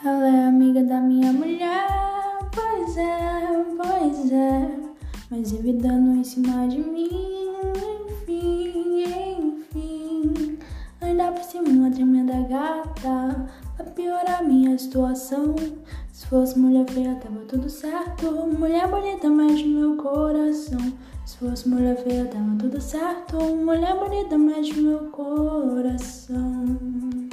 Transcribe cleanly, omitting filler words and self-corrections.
Ela é amiga da minha mulher, pois é, mas vive dando em cima de mim, enfim. Ainda por cima uma tremenda gata, pra piorar minha situação. Se fosse mulher feia tava tudo certo, mulher bonita mexe meu coração. Se fosse mulher feia tava tudo certo, mulher bonita mexe meu coração.